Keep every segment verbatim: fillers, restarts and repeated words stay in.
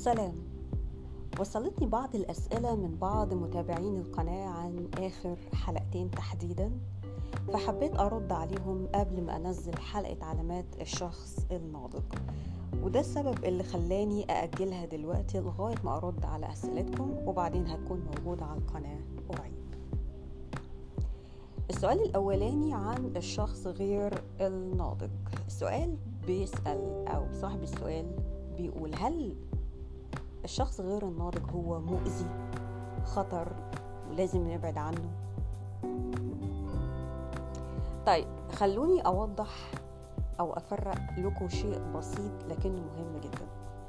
سلام. وصلتني بعض الأسئلة من بعض متابعين القناة عن آخر حلقتين تحديدا، فحبيت أرد عليهم قبل ما أنزل حلقة علامات الشخص الناضج، وده السبب اللي خلاني أأجلها دلوقتي لغاية ما أرد على أسئلتكم، وبعدين هتكون موجودة على القناة قريب. السؤال الأولاني عن الشخص غير الناضج. السؤال بيسأل أو صاحب السؤال بيقول: هل الشخص غير الناضج هو مؤذي خطر ولازم نبعد عنه؟ طيب خلوني أوضح أو أفرق لكم شيء بسيط لكنه مهم جدا.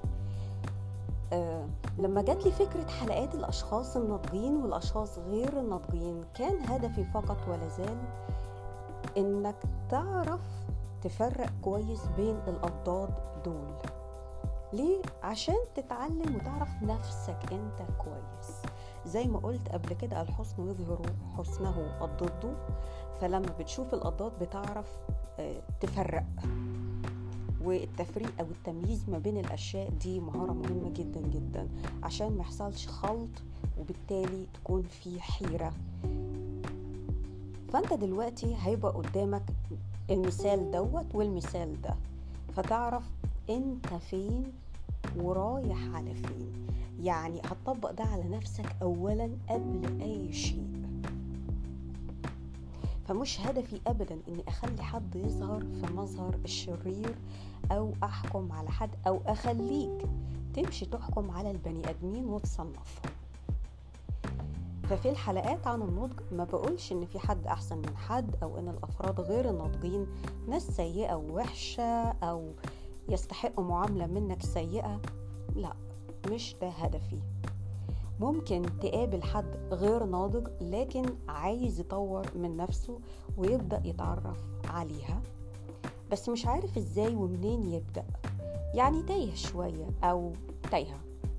أه لما جات لي فكرة حلقات الأشخاص الناضجين والأشخاص غير الناضجين، كان هدفي فقط ولا زال إنك تعرف تفرق كويس بين الأضداد دول. ليه؟ عشان تتعلم وتعرف نفسك انت كويس. زي ما قلت قبل كده، الحسن يظهر حسنه الضد، فلما بتشوف الأضداد بتعرف تفرق. والتفريق او التمييز ما بين الاشياء دي مهارة مهمة جدا جدا عشان ما يحصلش خلط وبالتالي تكون في حيرة. فانت دلوقتي هيبقى قدامك المثال دوت والمثال ده، فتعرف انت فين ورايح على فين. يعني هتطبق ده على نفسك اولا قبل اي شيء. فمش هدفي ابدا اني اخلي حد يظهر في مظهر الشرير او احكم على حد او اخليك تمشي تحكم على البني ادمين وتصنفهم. ففي الحلقات عن النضج ما بقولش ان في حد احسن من حد، او ان الافراد غير الناضجين ناس سيئة ووحشة او يستحقوا معاملة منك سيئة. لا، مش ده هدفي. ممكن تقابل حد غير ناضج لكن عايز يطور من نفسه ويبدأ يتعرف عليها، بس مش عارف ازاي ومنين يبدأ، يعني تايه شوية او تايهة.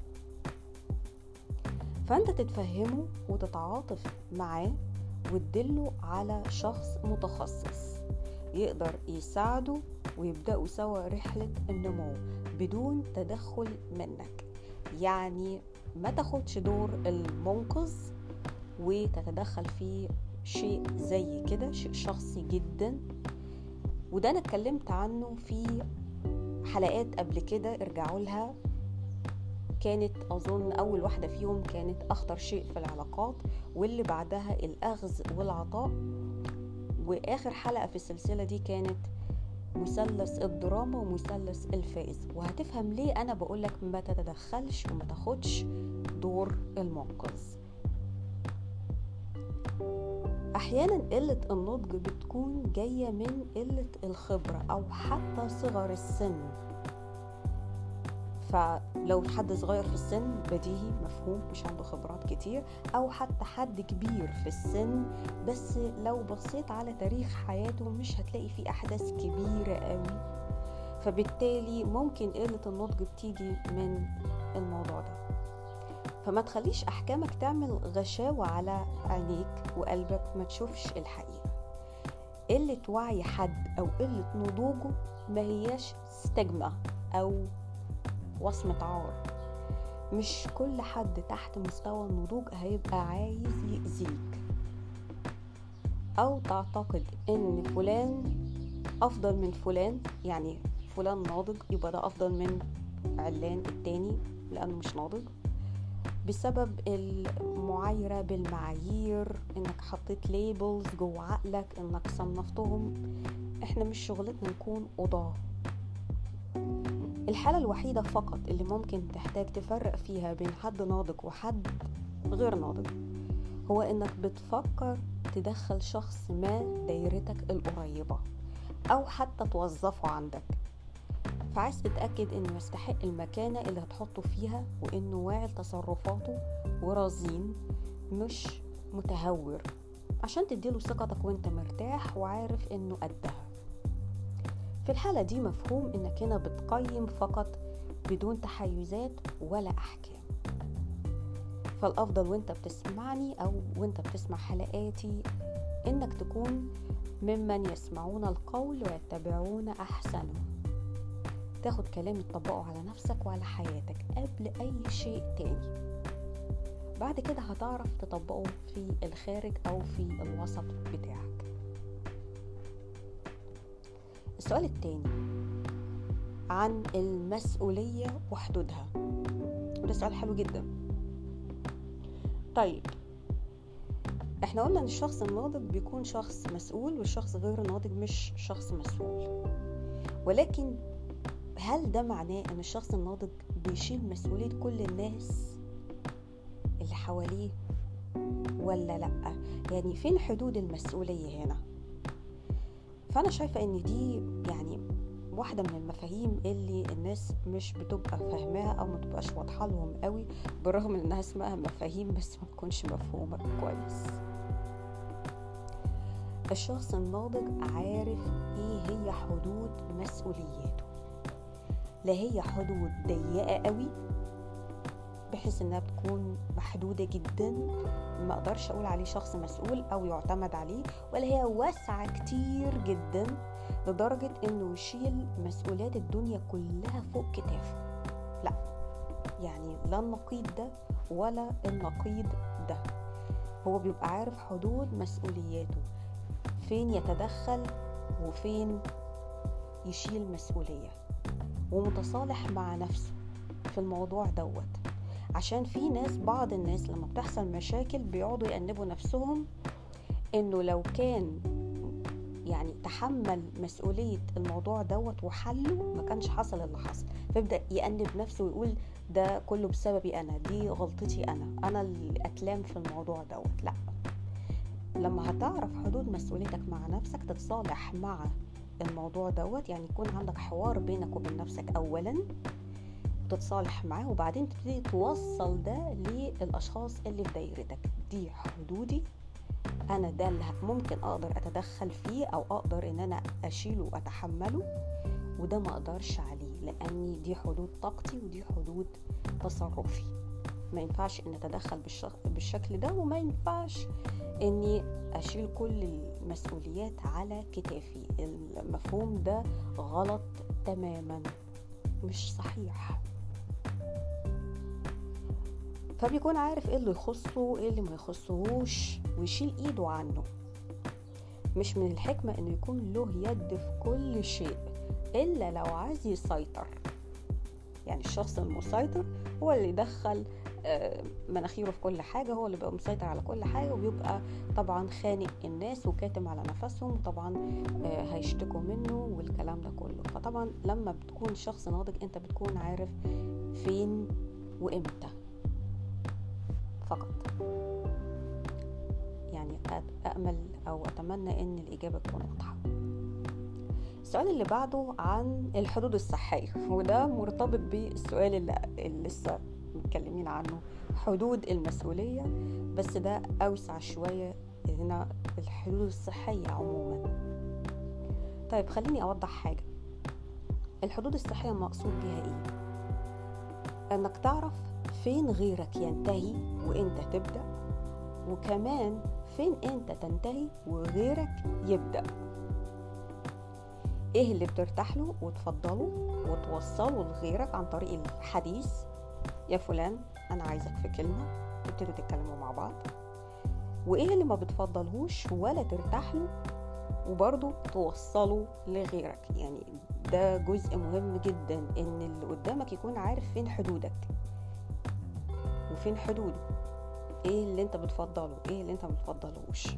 فانت تتفهمه وتتعاطف معاه وتدله على شخص متخصص يقدر يساعده ويبدأوا سوا رحلة النمو بدون تدخل منك. يعني ما تاخدش دور المنقذ وتتدخل في شيء زي كده، شيء شخصي جدا، وده انا اتكلمت عنه في حلقات قبل كده، ارجعوا لها. كانت اظن اول واحدة فيهم كانت اخطر شيء في العلاقات، واللي بعدها الاخذ والعطاء، واخر حلقة في السلسلة دي كانت مثلث الدراما ومثلث الفائز. وهتفهم ليه انا بقولك ما تتدخلش وما تاخدش دور المنقذ. احيانا قلة النضج بتكون جاية من قلة الخبرة او حتى صغر السن. فلو حد صغير في السن بديهي مفهوم مش عنده خبرات كتير، او حتى حد كبير في السن بس لو بصيت على تاريخ حياته مش هتلاقي فيه احداث كبيرة قوي، فبالتالي ممكن قلة النضج بتيجي من الموضوع ده. فما تخليش احكامك تعمل غشاوة على عينيك وقلبك ما تشوفش الحقيقة. قلة وعي حد او قلة نضوجه ما هياش ستجمة او وصمة عار. مش كل حد تحت مستوى النضوج هيبقى عايز يأذيك او تعتقد ان فلان افضل من فلان، يعني فلان ناضج يبقى ده افضل من علان التاني لانه مش ناضج، بسبب المعايرة بالمعايير، انك حطيت ليبلز جوه عقلك، انك صنفتهم. احنا مش شغلتنا نكون قضاة. الحالة الوحيدة فقط اللي ممكن تحتاج تفرق فيها بين حد ناضج وحد غير ناضج هو انك بتفكر تدخل شخص ما دايرتك القريبة او حتى توظفه عندك، فعايز تتأكد انه يستحق المكانة اللي هتحطه فيها وانه واعي لتصرفاته ورزين مش متهور، عشان تديله ثقتك وانت مرتاح وعارف انه قدها. في الحالة دي مفهوم انك هنا بتقيم فقط بدون تحيزات ولا احكام. فالافضل وانت بتسمعني او وانت بتسمع حلقاتي انك تكون ممن يسمعون القول ويتبعون احسنه. تاخد كلامي تطبقه على نفسك وعلى حياتك قبل اي شيء تاني. بعد كده هتعرف تطبقه في الخارج او في الوسط بتاعك. السؤال التاني عن المسؤولية وحدودها، وده سؤال حلو جدا. طيب احنا قلنا ان الشخص الناضج بيكون شخص مسؤول، والشخص غير الناضج مش شخص مسؤول. ولكن هل ده معناه ان الشخص الناضج بيشيل مسؤولية كل الناس اللي حواليه ولا لأ؟ يعني فين حدود المسؤولية هنا؟ فأنا شايفة ان دي يعني واحدة من المفاهيم اللي الناس مش بتبقى فاهماها او ما تبقاش واضحة لهم قوي، بالرغم من انها اسمها مفاهيم بس ما تكونش مفهومة كويس. الشخص الناضج عارف ايه هي حدود مسؤولياته. لا هي حدود ضيقة قوي بحيث انها بتكون محدودة جدا ما اقدرش اقول عليه شخص مسؤول او يعتمد عليه، ولا هي واسعة كتير جدا لدرجة انه يشيل مسؤوليات الدنيا كلها فوق كتافه. لا، يعني لا النقيض ده ولا النقيض ده. هو بيبقى عارف حدود مسؤولياته، فين يتدخل وفين يشيل مسؤولية، ومتصالح مع نفسه في الموضوع دوت. عشان في ناس بعض الناس لما بتحصل مشاكل بيقعدوا يأنبوا نفسهم انه لو كان يعني تحمل مسؤولية الموضوع دوت وحله ما كانش حصل اللي حصل، فيبدأ يأنب نفسه ويقول ده كله بسببي انا، دي غلطتي انا انا اللي اتلام في الموضوع دوت. لا، لما هتعرف حدود مسؤوليتك مع نفسك تتصالح مع الموضوع دوت، يعني يكون عندك حوار بينك وبين نفسك اولا تتصالح معاه، وبعدين تبتدي توصل ده للاشخاص اللي في دايرتك. دي حدودي انا، ده اللي ممكن اقدر اتدخل فيه او اقدر ان انا اشيله واتحمله، وده ما اقدرش عليه لاني دي حدود طاقتي ودي حدود تصرفي. ما ينفعش ان اتدخل بالشكل ده، وما ينفعش اني اشيل كل المسؤوليات على كتافي. المفهوم ده غلط تماما، مش صحيح. فبيكون عارف ايه اللي يخصه ايه اللي ما يخصهوش ويشيل ايده عنه. مش من الحكمة انه يكون له يد في كل شيء الا لو عايز يسيطر. يعني الشخص المسيطر هو اللي يدخل مناخيره في كل حاجة، هو اللي بيبقى مسيطر على كل حاجة، وبيبقى طبعا خانق الناس وكاتم على نفسهم، وطبعا هيشتكوا منه والكلام ده كله. فطبعا لما بتكون شخص ناضج انت بتكون عارف فين وامتى فقط. يعني أأمل أو أتمنى أن الإجابة تكون واضحة. السؤال اللي بعده عن الحدود الصحية، وده مرتبط بالسؤال اللي, اللي لسه متكلمين عنه، حدود المسؤولية، بس ده أوسع شوية هنا الحدود الصحية عموما. طيب خليني أوضح حاجة. الحدود الصحية المقصود بها إيه؟ أنك تعرف فين غيرك ينتهي وانت تبدأ، وكمان فين انت تنتهي وغيرك يبدأ. ايه اللي بترتاح له وتفضله وتوصله لغيرك عن طريق الحديث، يا فلان انا عايزك في كلمة، تبتدوا تتكلموا مع بعض. وايه اللي ما بتفضلهوش ولا ترتاح له وبرضه توصله لغيرك. يعني ده جزء مهم جدا، ان اللي قدامك يكون عارف فين حدودك وفين حدوده، ايه اللي انت بتفضله ايه اللي انت ما بتفضلهوش.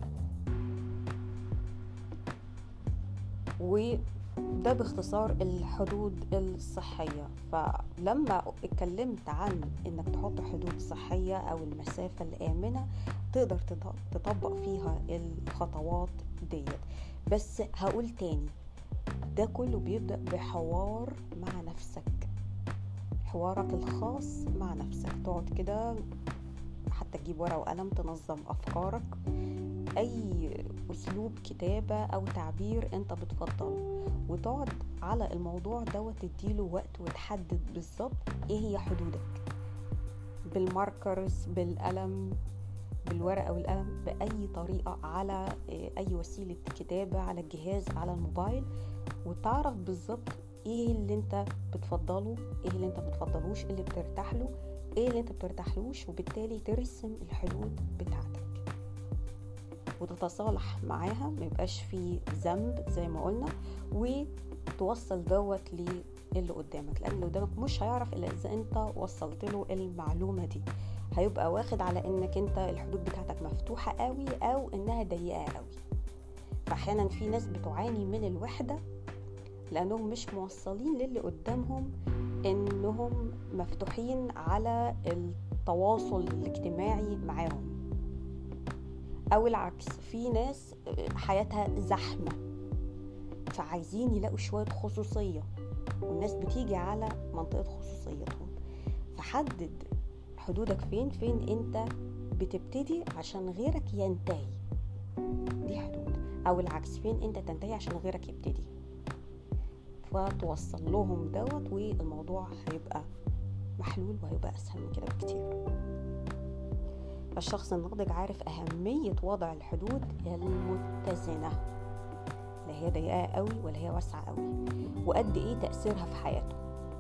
وده باختصار الحدود الصحية. فلما اتكلمت عن انك تحط حدود صحية او المسافة الآمنة تقدر تطبق فيها الخطوات ديت. بس هقول تاني، ده كله بيبدأ بحوار مع نفسك، حوارك الخاص مع نفسك. تقعد كده حتى تجيب ورقة وقلم تنظم أفكارك، أي أسلوب كتابة أو تعبير أنت بتفضله، وتقعد على الموضوع دوت تديله وقت وتحدد بالظبط إيه هي حدودك، بالماركرز، بالقلم، بالورقة والقلم، بأي طريقة، على أي وسيلة كتابة، على الجهاز، على الموبايل، وتعرف بالظبط ايه اللي انت بتفضله، ايه اللي انت بتفضلوش، اللي بترتاح له، ايه اللي انت بترتاحلوش، وبالتالي ترسم الحدود بتاعتك وتتصالح معاها، ما يبقاش في ذنب زي ما قلنا، وتوصل دوت للي قدامك، لان اللي قدامك مش هيعرف الا اذا انت وصلت له المعلومه دي. هيبقى واخد على انك انت الحدود بتاعتك مفتوحه قوي او انها ضيقه قوي. فاحيانا في ناس بتعاني من الوحده لانهم مش موصلين للي قدامهم انهم مفتوحين على التواصل الاجتماعي معاهم، او العكس، في ناس حياتها زحمة فعايزين يلاقوا شوية خصوصية، والناس بتيجي على منطقة خصوصيتهم. فحدد حدودك فين فين انت بتبتدي عشان غيرك ينتهي، دي حدود، او العكس، فين انت تنتهي عشان غيرك يبتدي، فتوصل لهم دوت والموضوع هيبقى محلول وهيبقى اسهل من كده بكتير. فالشخص الناضج عارف أهمية وضع الحدود المتزنة، لا هي ضيقة قوي ولا هي واسعة قوي، وقد ايه تأثيرها في حياته.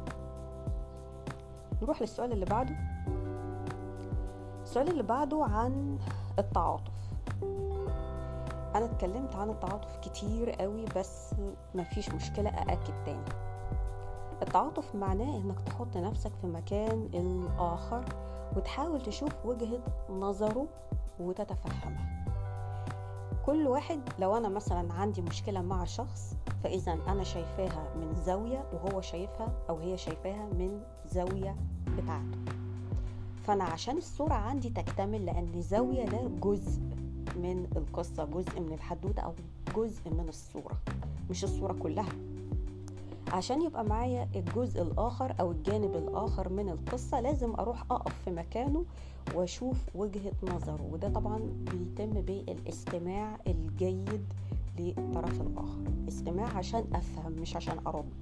نروح للسؤال اللي بعده. السؤال اللي بعده عن التعاطف. انا اتكلمت عن التعاطف كتير قوي، بس مفيش مشكلة أأكد تاني. التعاطف معناه انك تحط نفسك في مكان الآخر وتحاول تشوف وجهة نظره وتتفهمها. كل واحد، لو أنا مثلا عندي مشكلة مع شخص، فإذا أنا شايفاها من زاوية وهو شايفها أو هي شايفاها من زاوية بتاعته. فأنا عشان الصورة عندي تكتمل، لأن زاوية ده جزء من القصة، جزء من الحدوتة أو جزء من الصورة، مش الصورة كلها. عشان يبقى معايا الجزء الآخر أو الجانب الآخر من القصة، لازم أروح أقف في مكانه وأشوف وجهة نظره، وده طبعا بيتم بالاستماع الجيد للطرف الآخر. استماع عشان أفهم مش عشان أرد.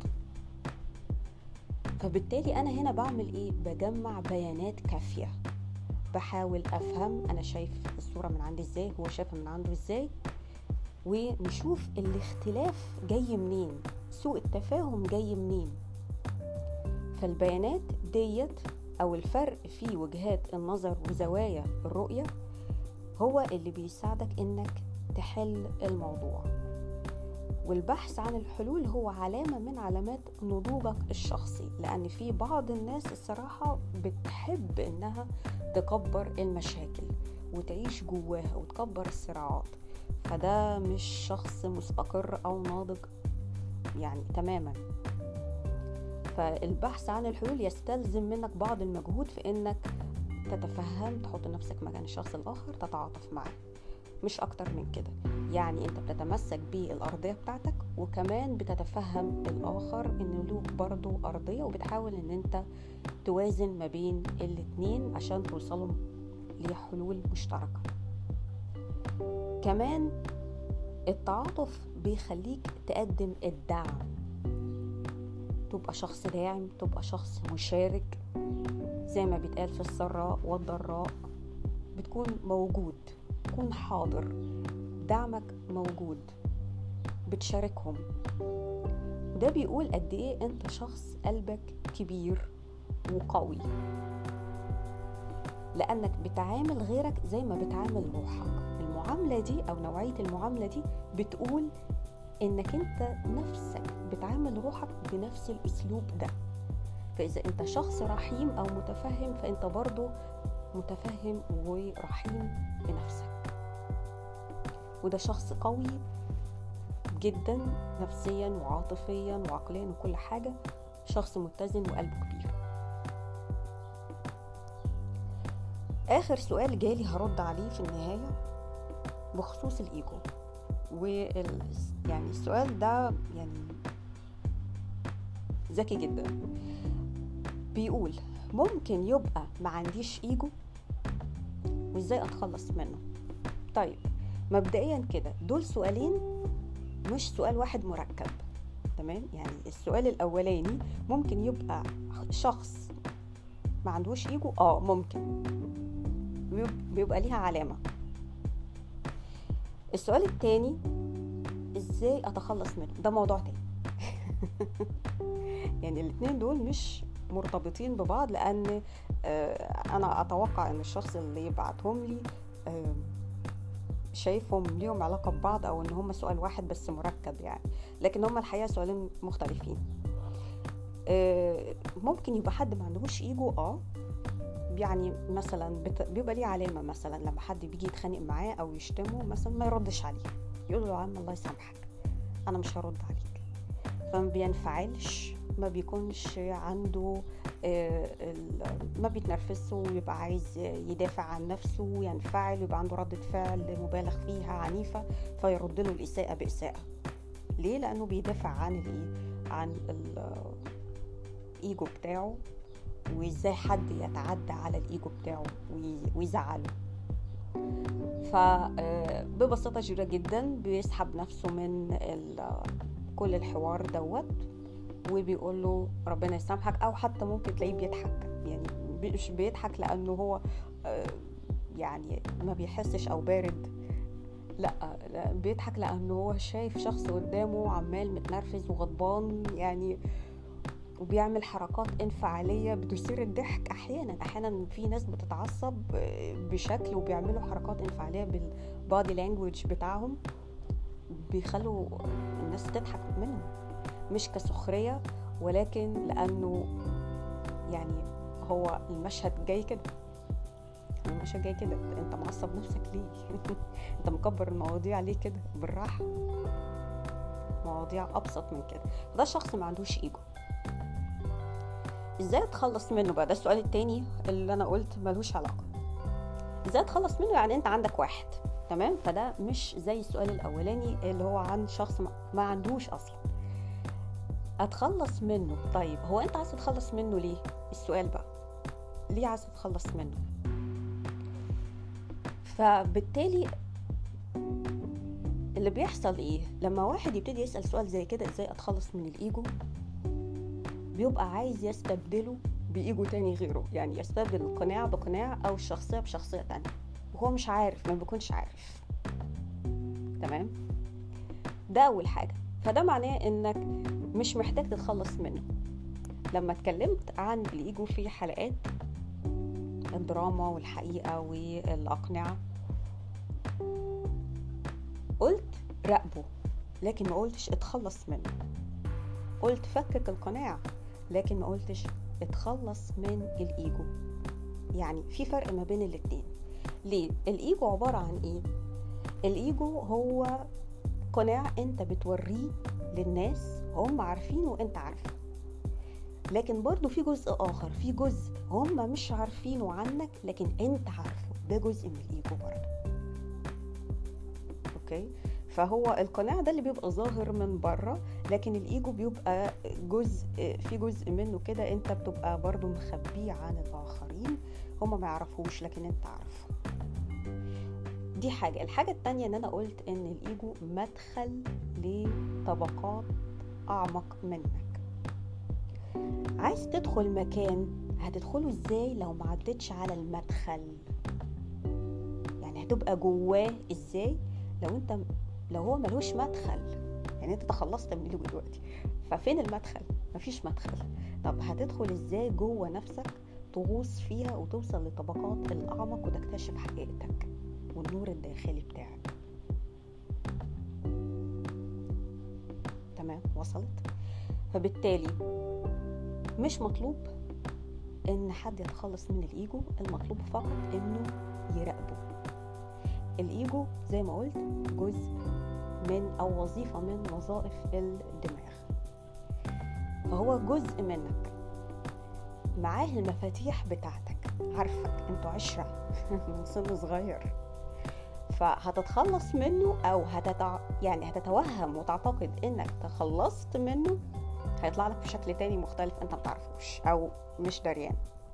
فبالتالي أنا هنا بعمل إيه؟ بجمع بيانات كافية، بحاول أفهم أنا شايف الصورة من عندي إزاي، هو شايفها من عنده إزاي، ونشوف الاختلاف جاي منين، سوء التفاهم جاي منين. فالبيانات ديت او الفرق في وجهات النظر وزوايا الرؤية هو اللي بيساعدك انك تحل الموضوع. والبحث عن الحلول هو علامة من علامات نضوجك الشخصي، لان في بعض الناس الصراحة بتحب انها تكبر المشاكل وتعيش جواها وتكبر الصراعات، فده مش شخص مستقر او ناضج يعني تماما. فالبحث عن الحلول يستلزم منك بعض المجهود في انك تتفهم، تحط نفسك مكان الشخص الاخر، تتعاطف معه، مش اكتر من كده. يعني انت بتتمسك بالارضية بتاعتك، وكمان بتتفهم الاخر انه له برضو ارضية، وبتحاول ان انت توازن ما بين الاتنين عشان توصلوا لحلول مشتركة. كمان التعاطف بيخليك تقدم الدعم، تبقى شخص داعم، تبقى شخص مشارك، زي ما بيتقال في السراء والضراء، بتكون موجود، تكون حاضر، دعمك موجود، بتشاركهم. ده بيقول قد ايه انت شخص قلبك كبير وقوي، لانك بتعامل غيرك زي ما بتعامل روحك. المعاملة دي او نوعية المعاملة دي بتقول انك انت نفسك بتعامل روحك بنفس الاسلوب ده. فاذا انت شخص رحيم او متفهم، فانت برضو متفهم ورحيم بنفسك، وده شخص قوي جدا نفسيا وعاطفيا وعقليا وكل حاجة، شخص متزن وقلبه كبير. اخر سؤال جالي هرد عليه في النهاية بخصوص الايجو. وال يعني السؤال ده يعني ذكي جدا. بيقول ممكن يبقى ما عنديش ايجو وازاي اتخلص منه؟ طيب مبدئيا كده دول سؤالين مش سؤال واحد مركب، تمام؟ يعني السؤال الاولاني ممكن يبقى شخص ما عندوش ايجو، اه ممكن، بيبقى ليها علامة. السؤال التاني ازاي اتخلص منه؟ ده موضوع تاني. يعني الاتنين دول مش مرتبطين ببعض، لان انا اتوقع ان الشخص اللي يبعتهم لي شايفهم ليهم علاقة ببعض، او ان هم سؤال واحد بس مركب يعني، لكن هم الحقيقة سؤالين مختلفين. ممكن يبقى حد ما عندهوش ايجو، اه يعني مثلا بيبقى ليه علامة، مثلا لما حد بيجي يتخانق معاه او يشتمه مثلا ما يردش عليه، يقول له يا عم الله يسامحك انا مش هرد عليك، فما بينفعلش، ما بيكونش عنده ما بيتنرفزش ويبقى عايز يدافع عن نفسه وينفعل ويبقى عنده ردة فعل مبالغ فيها عنيفة فيرد له الإساءة بإساءة. ليه؟ لأنه بيدافع عن الايه عن الايجو بتاعه، وازاي حد يتعدى على الايجو بتاعه ويزعله. فببساطة شديدة جدا بيسحب نفسه من كل الحوار دوت وبيقول له ربنا يسامحك، او حتى ممكن تلاقيه بيضحك، يعني مش بيضحك لانه هو يعني ما بيحسش او بارد، لا, لا بيضحك لانه هو شايف شخص قدامه عمال متنرفز وغضبان يعني، وبيعمل حركات انفعالية بتثير الضحك. احيانا احيانا في ناس بتتعصب بشكل وبيعملوا حركات انفعالية بالبادي لانجويج بتاعهم بيخلوا الناس تضحك منهم، مش كسخرية ولكن لانه يعني هو المشهد جاي كده، المشهد جاي كده، انت معصب نفسك ليه؟ انت مكبر المواضيع ليه كده؟ بالراحة، مواضيع ابسط من كده. ده شخص ما عندوش ايجو. ازاي اتخلص منه بقى؟ ده السؤال التاني اللي انا قلت ملوش علاقة. ازاي اتخلص منه؟ يعني انت عندك واحد، تمام، فده مش زي السؤال الاولاني اللي هو عن شخص ما عندوش اصلا. اتخلص منه، طيب هو انت عايز تتخلص منه ليه؟ السؤال بقى ليه عايز تتخلص منه؟ فبالتالي اللي بيحصل ايه لما واحد يبتدي يسأل سؤال زي كده، ازاي اتخلص من الايجو، بيبقى عايز يستبدله بايجو تاني غيره، يعني يستبدل القناع بقناع او الشخصية بشخصية تانية، وهو مش عارف، ما بيكونش عارف. تمام، ده اول حاجة. فده معناه انك مش محتاج تتخلص منه. لما اتكلمت عن الايجو في حلقات الدراما والحقيقة والاقنعة قلت راقبه، لكن ما قلتش اتخلص منه. قلت فكك القناع، لكن ما قلتش اتخلص من الايجو. يعني في فرق ما بين الاتنين. ليه؟ الايجو عبارة عن ايه؟ الايجو هو قناع انت بتوريه للناس هم عارفينه وانت عارفه، لكن برضو في جزء اخر، في جزء هم مش عارفينه عنك لكن انت عارفه، ده جزء من الايجو برضو. اوكي، فهو القناع ده اللي بيبقى ظاهر من بره، لكن الايجو بيبقى جزء، في جزء منه كده انت بتبقى برضو مخبيه عن الاخرين، هم ما يعرفوش لكن انت عارفه. دي حاجة. الحاجة التانية ان انا قلت ان الايجو مدخل لطبقات اعمق منك. عايز تدخل مكان، هتدخله ازاي لو ما عدتش على المدخل؟ يعني هتبقى جواه ازاي لو انت لو هو ملوش مدخل؟ يعني انت تخلصت من الايجو دلوقتي، ففين المدخل؟ مفيش مدخل. طب هتدخل ازاي جوه نفسك تغوص فيها وتوصل لطبقات الاعمق وتكتشف حقيقتك والنور الداخلي بتاعك؟ تمام، وصلت؟ فبالتالي مش مطلوب ان حد يتخلص من الايجو، المطلوب فقط انه يراقبه. الايجو زي ما قلت جزء من او وظيفة من وظائف الدماغ، فهو جزء منك، معاه المفاتيح بتاعتك، عارفك، انتوا عشرة من سن صغير، فهتتخلص منه او هتتع... يعني هتتوهم وتعتقد انك تخلصت منه، هيطلع لك بشكل تاني مختلف انت متعرفوش او مش دريان.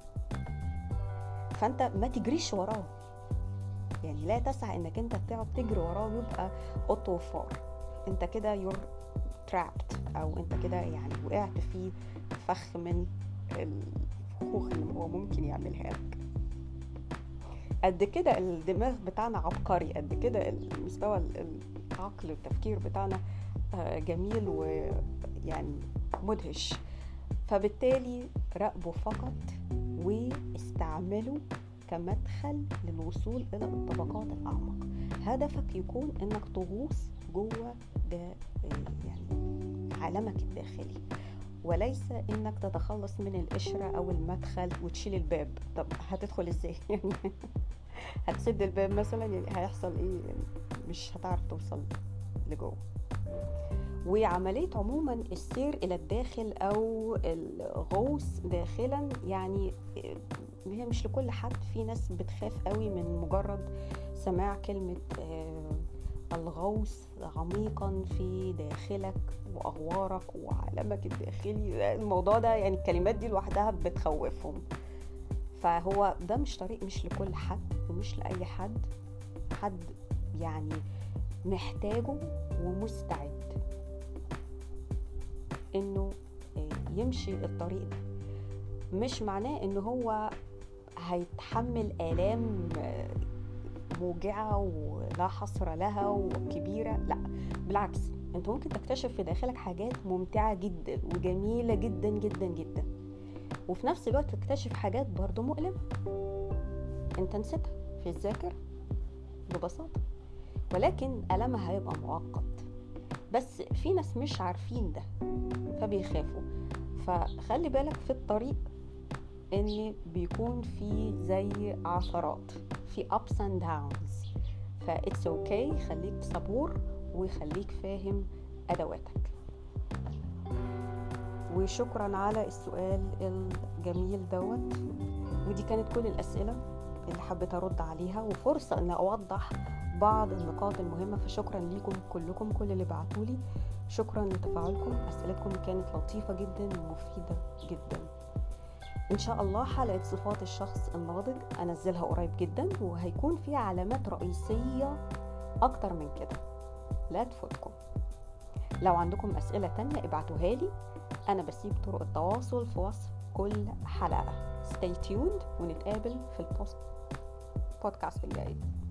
فانت ما تجريش وراه، يعني لا تسعى انك انت تقعد تجري وراه ويبقى قط وفار، انت كده يور ترابت، او انت كده يعني وقعت في فخ من الفخوخ اللي هو ممكن يعملها لك. قد كده الدماغ بتاعنا عبقري، قد كده المستوى العقل والتفكير بتاعنا جميل ويعني مدهش. فبالتالي راقبوا فقط واستعملوا كمدخل للوصول إلى الطبقات الأعمق. هدفك يكون إنك تغوص جوه ده يعني عالمك الداخلي، وليس إنك تتخلص من القشرة أو المدخل وتشيل الباب. طب هتدخل إزاي؟ يعني هتسد الباب مثلا، يعني هيحصل إيه؟ يعني مش هتعرف توصل لجوه. وعملية عموما السير إلى الداخل أو الغوص داخلا يعني هي مش لكل حد. في ناس بتخاف قوي من مجرد سماع كلمة الغوص عميقا في داخلك وأغوارك وعالمك الداخلي. الموضوع ده يعني الكلمات دي لوحدها بتخوفهم. فهو ده مش طريق، مش لكل حد ومش لأي حد. حد يعني محتاجه ومستعد انه يمشي الطريق ده. مش معناه انه هو هيتحمل آلام موجعة ولا حصر لها وكبيرة، لا بالعكس، انت ممكن تكتشف في داخلك حاجات ممتعة جدا وجميلة جدا جدا جدا، وفي نفس الوقت تكتشف حاجات برضو مؤلمة انت نسيتها في الذاكرة ببساطة، ولكن ألمها هيبقى مؤقت. بس في ناس مش عارفين ده فبيخافوا. فخلي بالك في الطريق ان بيكون في زي عثرات، في ups and downs، فا it's okay. خليك صبور وخليك فاهم أدواتك. وشكرا على السؤال الجميل دوت. ودي كانت كل الأسئلة اللي حبيت أرد عليها، وفرصة أن أوضح بعض النقاط المهمة. فشكرا ليكم كلكم، كل اللي بعتولي. شكرا لتفاعلكم، أسئلتكم كانت لطيفة جدا ومفيدة جدا. إن شاء الله حلقة صفات الشخص الناضج أنزلها قريب جدا، وهيكون فيها علامات رئيسية أكتر من كده، لا تفوتكم. لو عندكم أسئلة تانية ابعتوها لي. أنا بسيب طرق التواصل في وصف كل حلقة. stay tuned ونتقابل في البودكاست الجاي.